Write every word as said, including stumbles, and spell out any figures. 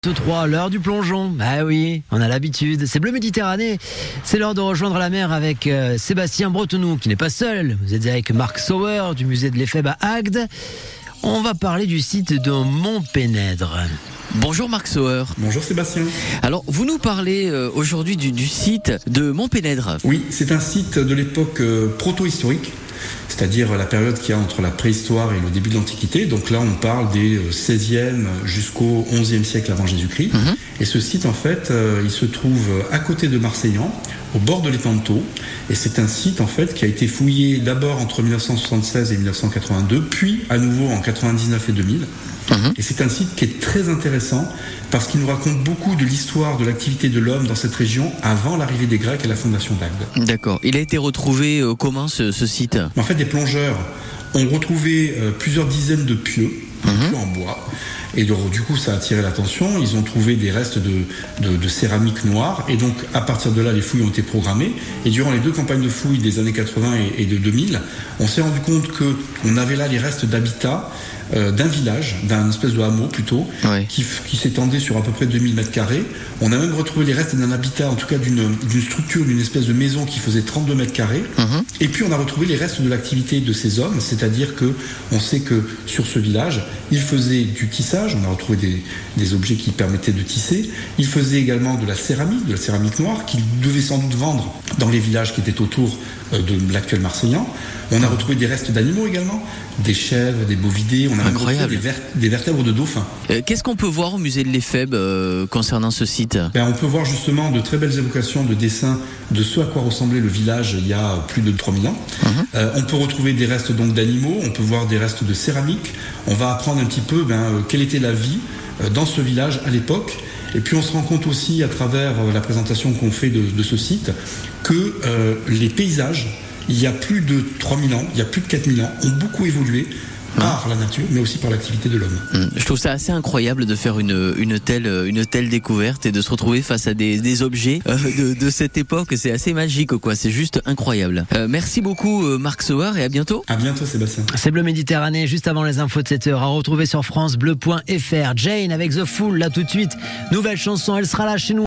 trois, l'heure du plongeon. Bah oui, on a l'habitude. C'est Bleu Méditerranée. C'est l'heure de rejoindre la mer avec euh, Sébastien Bretonneau, qui n'est pas seul. Vous êtes avec Marc Sauer du musée de l'Éphèbe à Agde. On va parler du site de Montpénèdre. Bonjour Marc Sauer. Bonjour Sébastien. Alors, vous nous parlez euh, aujourd'hui du, du site de Montpénèdre. Oui, c'est un site de l'époque euh, proto-historique, c'est-à-dire la période qu'il y a entre la préhistoire et le début de l'Antiquité. Donc là, on parle des seizième jusqu'au onzième siècle avant Jésus-Christ. Mmh. Et ce site, en fait, euh, il se trouve à côté de Marseillan, au bord de l'étang de Thau. Et c'est un site, en fait, qui a été fouillé d'abord entre mille neuf cent soixante-seize et mille neuf cent quatre-vingt-deux, puis à nouveau en quatre-vingt-dix-neuf et deux mille. Mmh. Et c'est un site qui est très intéressant parce qu'il nous raconte beaucoup de l'histoire de l'activité de l'homme dans cette région avant l'arrivée des Grecs et la fondation d'Agde. D'accord. Il a été retrouvé euh, comment ce, ce site ? En fait, des plongeurs ont retrouvé euh, plusieurs dizaines de pieux, mmh. pieux en bois. Et donc, du coup, ça a attiré l'attention. Ils ont trouvé des restes de, de, de céramique noire. Et donc, à partir de là, les fouilles ont été programmées. Et durant les deux campagnes de fouilles des années quatre-vingts et, et de deux mille, on s'est rendu compte qu'on avait là les restes d'habitat euh, d'un village, d'un espèce de hameau plutôt, oui. qui, qui s'étendait sur à peu près deux mille mètres carrés. On a même retrouvé les restes d'un habitat, en tout cas d'une, d'une structure, d'une espèce de maison qui faisait trente-deux mètres carrés. Mmh. Et puis, on a retrouvé les restes de l'activité de ces hommes. C'est-à-dire que on sait que sur ce village, ils faisaient du tissage. On a retrouvé des, des objets qui permettaient de tisser. Ils faisaient également de la céramique, de la céramique noire, qu'ils devaient sans doute vendre dans les villages qui étaient autour de l'actuel Marseillan. On a retrouvé des restes d'animaux également, des chèvres, des bovidés. On a même retrouvé des, ver- des vertèbres de dauphins. Euh, qu'est-ce qu'on peut voir au musée de l'Éphèbe euh, concernant ce site ? Ben, on peut voir justement de très belles évocations de dessins de ce à quoi ressemblait le village il y a plus de trois mille ans. Mmh. Euh, on peut retrouver des restes donc d'animaux, on peut voir des restes de céramique. On va apprendre un petit peu ben, euh, quelle était la vie euh, dans ce village à l'époque. Et puis on se rend compte aussi à travers euh, la présentation qu'on fait de, de ce site que euh, les paysages, il y a plus de trois mille ans, il y a plus de quatre mille ans, ont beaucoup évolué par la nature, mais aussi par l'activité de l'homme. Je trouve ça assez incroyable de faire une, une, telle, une telle découverte et de se retrouver face à des, des objets euh, de, de cette époque. C'est assez magique, quoi. C'est juste incroyable. Euh, merci beaucoup, Marc Sauer, et à bientôt. À bientôt, Sébastien. C'est Bleu Méditerranée, juste avant les infos de cette heure, à retrouver sur francebleu point f r. Jane avec The Fool, là tout de suite. Nouvelle chanson, elle sera là chez nous.